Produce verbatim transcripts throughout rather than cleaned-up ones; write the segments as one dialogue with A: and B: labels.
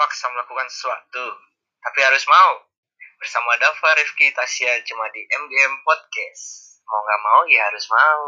A: terpaksa melakukan sesuatu, tapi harus mau. Bersama Dava, Rifki, Tasya, cuma di M G M Podcast. Mau gak mau ya harus mau.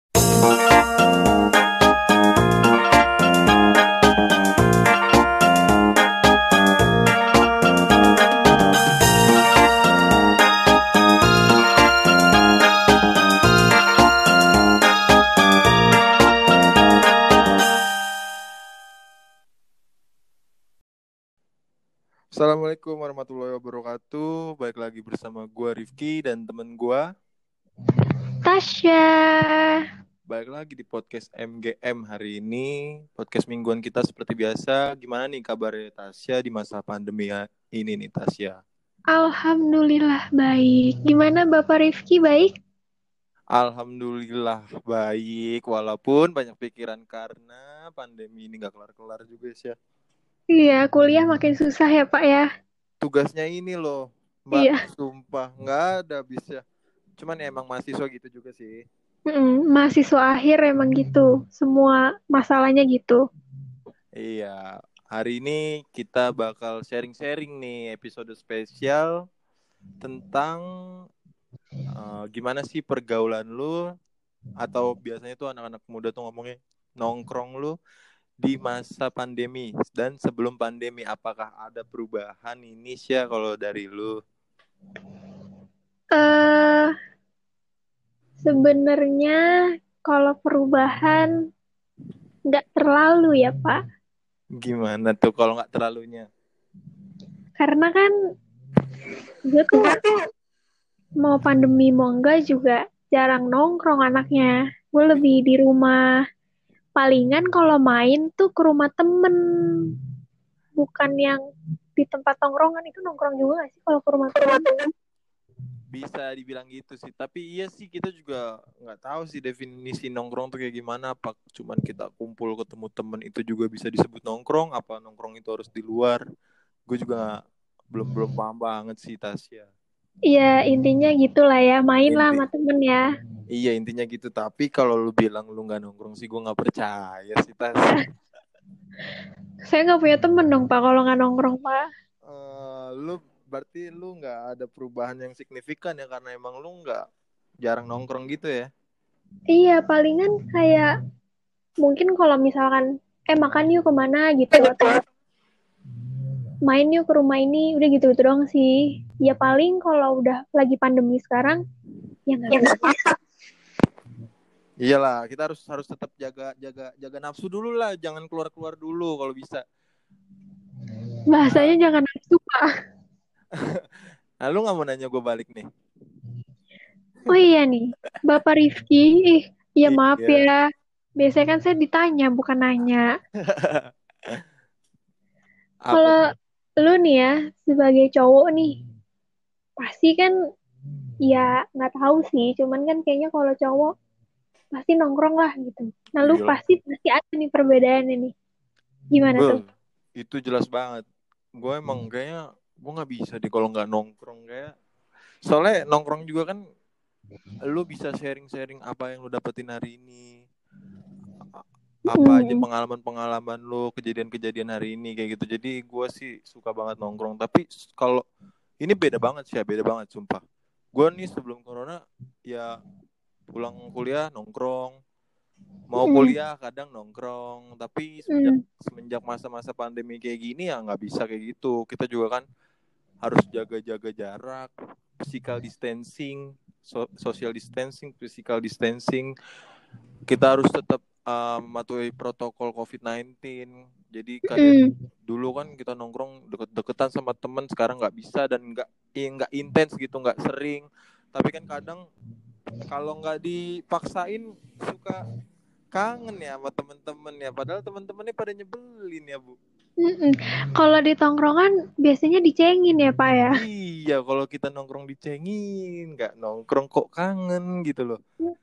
B: Assalamualaikum warahmatullahi wabarakatuh. Baik lagi bersama gue Rifki dan temen gue
C: Tasya.
B: Baik lagi di podcast M G M hari ini. Podcast mingguan kita seperti biasa. Gimana nih kabarnya Tasya di masa pandemi ini nih Tasya?
C: Alhamdulillah baik. Gimana Bapak Rifki, baik?
B: Alhamdulillah baik. Walaupun banyak pikiran karena pandemi ini gak kelar-kelar juga sih ya.
C: Iya, kuliah makin susah ya Pak ya.
B: Tugasnya ini loh Mbak,
C: Iya.
B: Sumpah gak ada habisnya. Cuman ya emang mahasiswa gitu juga sih.
C: Mm, mahasiswa akhir emang gitu. Semua masalahnya gitu.
B: Iya, hari ini kita bakal sharing-sharing nih episode spesial tentang uh, gimana sih pergaulan lu, atau biasanya tuh anak-anak muda tuh ngomongnya nongkrong lu di masa pandemi dan sebelum pandemi. Apakah ada perubahan ini sih kalau dari lu?
C: Eh, sebenarnya kalau perubahan nggak terlalu ya Pak.
B: Gimana tuh kalau nggak terlalunya?
C: Karena kan gue tuh mau pandemi mau enggak juga jarang nongkrong anaknya. Gue lebih di rumah. Palingan kalau main tuh ke rumah temen. Bukan yang di tempat nongkrongan. Itu nongkrong juga gak sih kalau ke rumah temen?
B: Bisa dibilang gitu sih, tapi iya sih kita juga nggak tahu sih definisi nongkrong tuh kayak gimana. Apa cuman kita kumpul ketemu temen itu juga bisa disebut nongkrong? Apa nongkrong itu harus di luar? Gue juga belum belum paham banget sih Tasya.
C: Iya intinya gitulah ya. Main lah
B: Inti,
C: sama temen ya.
B: iya intinya gitu. Tapi kalau lu bilang lu nggak nongkrong sih gue nggak percaya sih Tasya.
C: Saya gak punya temen dong Pak kalau gak nongkrong Pak.
B: Uh, lu berarti lu nggak ada perubahan yang signifikan ya, karena emang lu nggak jarang nongkrong gitu ya?
C: Iya palingan kayak mungkin kalau misalkan eh makan yuk kemana gitu. Atau main yuk ke rumah ini. Udah gitu-gitu doang sih. Ya paling kalau udah lagi pandemi sekarang ya gak
B: Ya,
C: bisa.
B: Iyalah, kita harus harus tetap jaga jaga jaga nafsu dulu lah, jangan keluar-keluar dulu kalau bisa.
C: Bahasanya nah, jangan nafsu Pak.
B: Nah, lu nggak mau nanya gue balik nih?
C: Oh iya nih, Bapak Rifki, ih, ya maaf ya. Biasanya kan saya ditanya, bukan nanya. Kalau lu nih ya, sebagai cowok nih, pasti kan ya nggak tahu sih, cuman kan kayaknya kalau cowok pasti nongkrong lah gitu. Nah lu
B: Gila.
C: pasti pasti ada nih perbedaannya nih. Gimana
B: Be,
C: tuh?
B: itu jelas banget. Gue emang kayaknya gue nggak bisa deh kalau nggak nongkrong kayak. Soalnya nongkrong juga kan, lu bisa sharing-sharing apa yang lu dapetin hari ini, apa aja pengalaman-pengalaman lu, kejadian-kejadian hari ini kayak gitu. Jadi gue sih suka banget nongkrong. Tapi kalau ini beda banget sih ya, beda banget sumpah. Gue nih sebelum corona ya pulang kuliah nongkrong, mau kuliah kadang nongkrong. Tapi semenjak, semenjak masa-masa pandemi kayak gini ya nggak bisa kayak gitu. Kita juga kan harus jaga-jaga jarak, physical distancing, so- social distancing, physical distancing. Kita harus tetap uh, mematuhi protokol covid sembilan belas. Jadi kayak mm. dulu kan kita nongkrong deket-deketan sama temen, sekarang nggak bisa dan nggak nggak intens gitu, nggak sering. Tapi kan kadang kalau nggak dipaksain suka kangen ya sama temen-temen ya. Padahal temen-temennya pada nyebelin ya Bu.
C: Kalau di tongkrongan biasanya dicengin ya Pak ya.
B: Iya, kalau kita nongkrong dicengin, nggak nongkrong kok kangen gitu loh.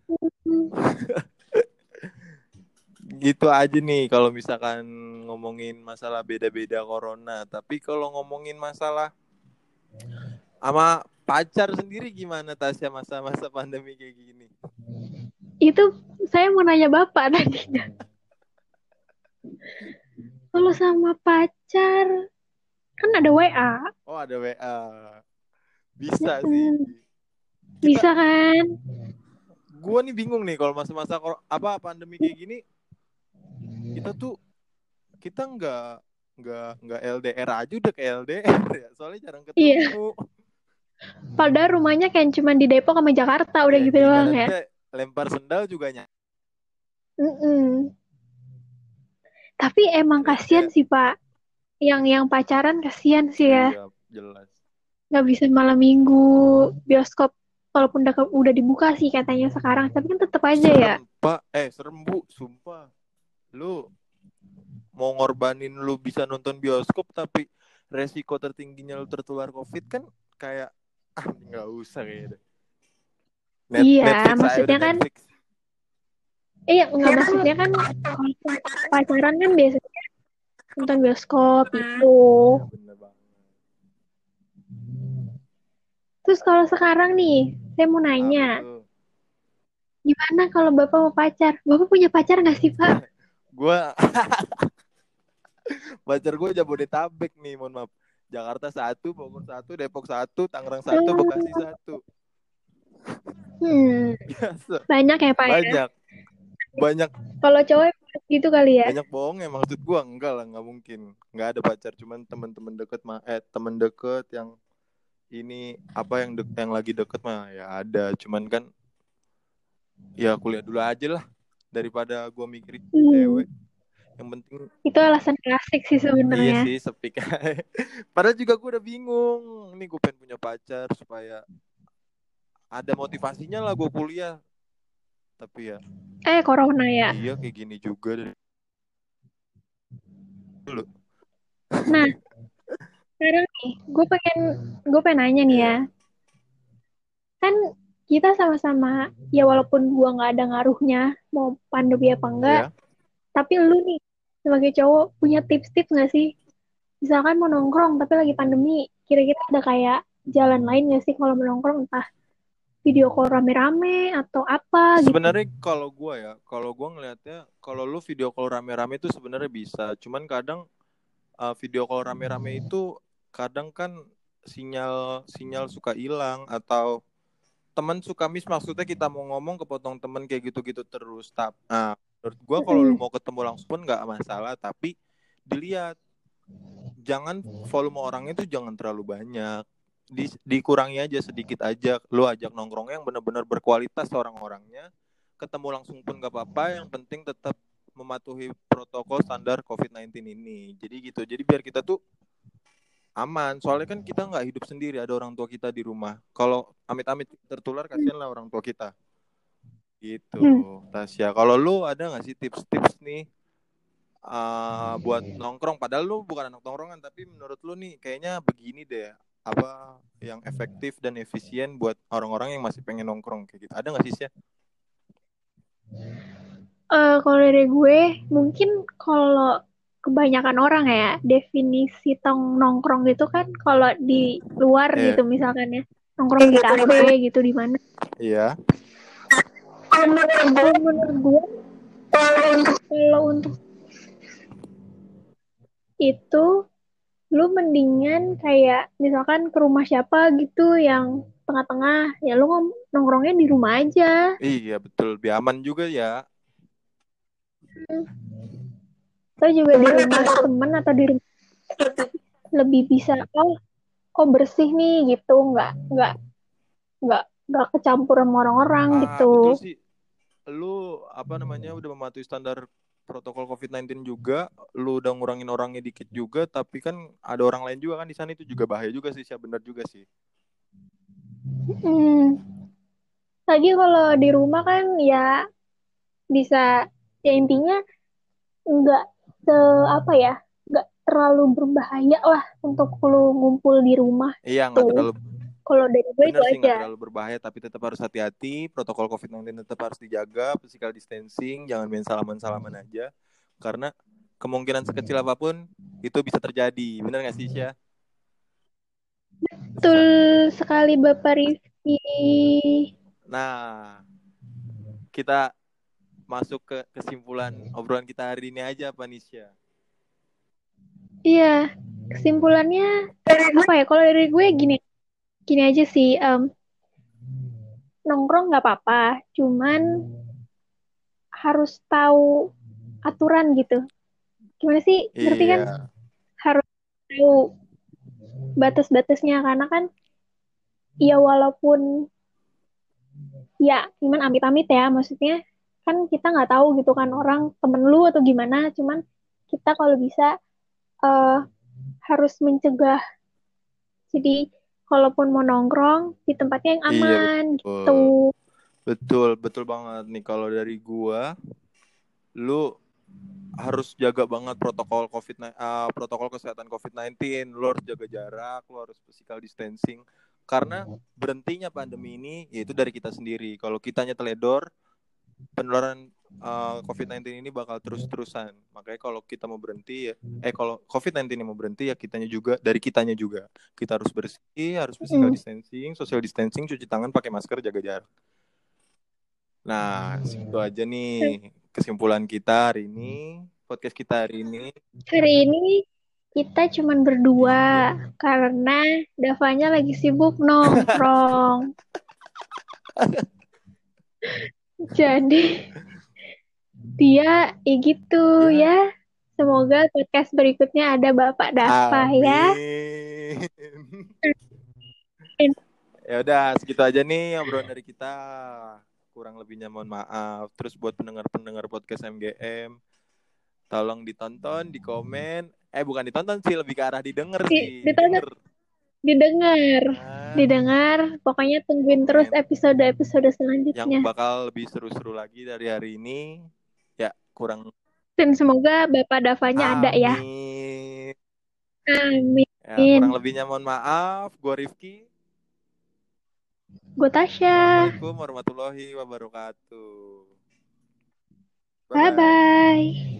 B: Gitu aja nih kalau misalkan ngomongin masalah beda-beda corona. Tapi kalau ngomongin masalah sama pacar sendiri gimana Tasya masa-masa pandemi kayak gini?
C: Itu saya mau nanya Bapak tadinya. Kalau sama pacar Kan ada W A.
B: Oh, ada W A. Bisa
C: Hmm,
B: sih.
C: bisa
B: Kita,
C: kan?
B: gua nih bingung nih kalau masa-masa kor- apa pandemi kayak gini, kita tuh kita nggak nggak nggak L D R aja udah ke L D R ya. Soalnya jarang
C: Iya.
B: ketemu.
C: Padahal rumahnya kayak cuma di Depok sama Jakarta, udah
B: Ya,
C: gitu doang ya.
B: ibaratnya lempar sendal juga nyampe.
C: Mm-mm. Tapi emang
B: Jadi
C: kasihan
B: kayak,
C: sih Pak. Yang yang pacaran kasihan sih ya.
B: iya jelas.
C: Nggak bisa malam minggu, bioskop walaupun udah, ke- udah dibuka sih katanya sekarang. Tapi kan tetap aja ya.
B: Serem pak, eh serem bu, sumpah. Lu mau ngorbanin lu bisa nonton bioskop tapi resiko tertingginya lu tertular COVID kan kayak ah nggak usah kayaknya. Net,
C: Iya,
B: Netflix aja
C: maksudnya
B: udah
C: kan,
B: Netflix.
C: iya nggak maksudnya kan kalau pacaran kan biasanya nonton bioskop itu.
B: Iya bener banget.
C: Terus kalau sekarang nih, saya mau
B: Apa
C: nanya,
B: tuh?
C: gimana kalau Bapak mau pacar? Bapak punya pacar nggak sih, Pak?
B: Gua pacar gue Jabodetabek nih, mohon maaf. Jakarta satu, Bogor satu, Depok satu, Tangerang satu, Bekasi satu.
C: Hmm,
B: Biasa.
C: banyak ya, Pak ya?
B: Banyak. Banyak
C: Kalau cowok gitu kali ya?
B: banyak bohong ya maksud gua enggak lah, nggak mungkin. Nggak ada pacar, cuman teman-teman deket mah eh teman deket yang ini apa yang de- yang lagi deket mah ya ada, cuman kan ya kuliah dulu aja lah daripada gua mikirin
C: Hmm,
B: cewek. Yang penting
C: itu alasan klasik sih
B: iya
C: sebenarnya.
B: sih sepik. Padahal juga gua udah bingung. Ini gue pengen punya pacar supaya ada motivasinya lah gua kuliah. Tapi ya
C: Eh, corona ya.
B: iya kayak gini juga deh. Dulu.
C: Nah, sekarang nih, gue pengen gue pengen nanya nih ya.
B: Iya.
C: Kan kita sama-sama, ya walaupun gua nggak ada ngaruhnya mau pandemi apa enggak,
B: Iya.
C: tapi lu nih sebagai cowok punya tips-tips nggak sih? Misalkan mau nongkrong tapi lagi pandemi, kira-kira ada kayak jalan lain nggak sih kalau mau nongkrong, entah video call rame-rame atau apa gitu?
B: Sebenarnya kalau gue ya, kalau gue ngelihatnya, kalau lu video call rame-rame itu sebenarnya bisa. Cuman kadang uh, video call rame-rame itu kadang kan sinyal sinyal suka hilang atau teman suka miss. Maksudnya kita mau ngomong kepotong temen kayak gitu-gitu terus. Tap. Nah, menurut gue kalau lu
C: Mm-mm.
B: mau ketemu langsung pun nggak masalah. Tapi dilihat, jangan volume orangnya itu jangan terlalu banyak. Di, dikurangi aja sedikit aja. Lu ajak nongkrong yang benar-benar berkualitas orang-orangnya. Ketemu langsung pun gak apa-apa. Yang penting tetap mematuhi protokol standar covid sembilan belas ini. Jadi gitu. Jadi biar kita tuh aman. Soalnya kan kita nggak hidup sendiri. Ada orang tua kita di rumah. Kalau amit-amit tertular, kasihan lah orang tua kita. Gitu,
C: Hmm.
B: Tasya. Kalau lu ada nggak sih tips-tips nih uh, buat nongkrong? Padahal lu bukan anak nongkrongan, tapi menurut lu nih kayaknya begini deh, apa yang efektif dan efisien buat orang-orang yang masih pengen nongkrong kayak gitu. Ada nggak sih, Sya?
C: Eh, kalau dari gue, mungkin kalau kebanyakan orang ya, definisi tong nongkrong gitu kan kalau di luar
B: Iya.
C: gitu misalkan ya, nongkrong di kafe gitu di mana.
B: Iya.
C: Kalau menurut gue, kalau untuk itu, lu mendingan kayak misalkan ke rumah siapa gitu yang tengah-tengah, ya lu ngom- nongkrongnya di rumah aja.
B: Iya, betul. Lebih aman juga ya.
C: Atau juga di rumah temen atau di rumah lebih bisa, oh, kok bersih nih gitu, nggak nggak nggak nggak kecampur sama orang-orang
B: Ah, betul
C: gitu.
B: sih. Lu apa namanya udah mematuhi standar protokol covid sembilan belas juga, lu udah ngurangin orangnya dikit juga, tapi kan ada orang lain juga kan di sana, itu juga bahaya juga sih, Sya. Benar juga sih.
C: Hmm. Lagi kalau di rumah kan ya bisa, ya intinya nggak se apa ya, nggak terlalu berbahaya lah untuk lu ngumpul di rumah
B: Iya, nggak
C: tuh.
B: terlalu
C: Kalau dari gue itu
B: bener sih, nggak
C: aja.
B: terlalu berbahaya, tapi tetap harus hati-hati. Protokol covid sembilan belas tetap harus dijaga, physical distancing, jangan main salaman-salaman aja. Karena kemungkinan sekecil apapun itu bisa terjadi. Bener nggak sih, Sya?
C: Betul sekali Bapak Rifki.
B: Nah, kita masuk ke kesimpulan obrolan kita hari ini aja apa nih, Sya?
C: Iya, kesimpulannya apa ya? Kalau dari gue gini, gini aja sih. em, nongkrong nggak apa-apa, cuman harus tahu aturan gitu. Gimana sih? Ngerti kan?
B: Iya.
C: Harus tahu batas-batasnya karena kan ya walaupun ya gimana amit-amit ya, maksudnya kan kita nggak tahu gitu kan orang temen lu atau gimana, cuman kita kalau bisa eh, harus mencegah. Jadi kalaupun mau nongkrong di tempatnya yang
B: Iya
C: aman
B: betul.
C: gitu.
B: Betul, betul banget nih kalau dari gua, lu harus jaga banget protokol COVID uh, protokol kesehatan covid sembilan belas. Lu harus jaga jarak, lu harus physical distancing. Karena berhentinya pandemi ini yaitu dari kita sendiri. Kalau kitanya teledor, penularan uh, covid sembilan belas ini bakal terus-terusan. Makanya kalau kita mau berhenti ya, eh kalau covid sembilan belas ini mau berhenti ya kitanya juga, dari kitanya juga. Kita harus bersih, harus physical
C: Mm.
B: distancing, social distancing, cuci tangan, pakai masker, jaga jarak. Nah, segitu aja nih kesimpulan kita hari ini, podcast kita hari ini.
C: Hari ini kita cuman berdua karena Davanya lagi sibuk nongkrong. Jadi dia ya gitu
B: Ya.
C: ya. Semoga podcast berikutnya ada Bapak Dava ya.
B: Amin. Ya udah, segitu aja nih obrolan dari kita. Kurang lebihnya mohon maaf. Terus buat pendengar-pendengar podcast M G M, tolong ditonton, di komen. Eh bukan ditonton sih, lebih ke arah didengar
C: Di,
B: sih,
C: ditonton,
B: didengar.
C: didengar,
B: Nah,
C: didengar. Pokoknya tungguin terus
B: komen
C: episode-episode
B: yang
C: selanjutnya.
B: bakal lebih seru-seru lagi dari hari ini. Ya, kurang.
C: Dan semoga Bapak Davanya ada ya.
B: Amin.
C: Amin.
B: Ya, kurang lebihnya mohon maaf. Gue Rifki.
C: Gue Tasya.
B: Assalamualaikum warahmatullahi wabarakatuh.
C: Bye-bye.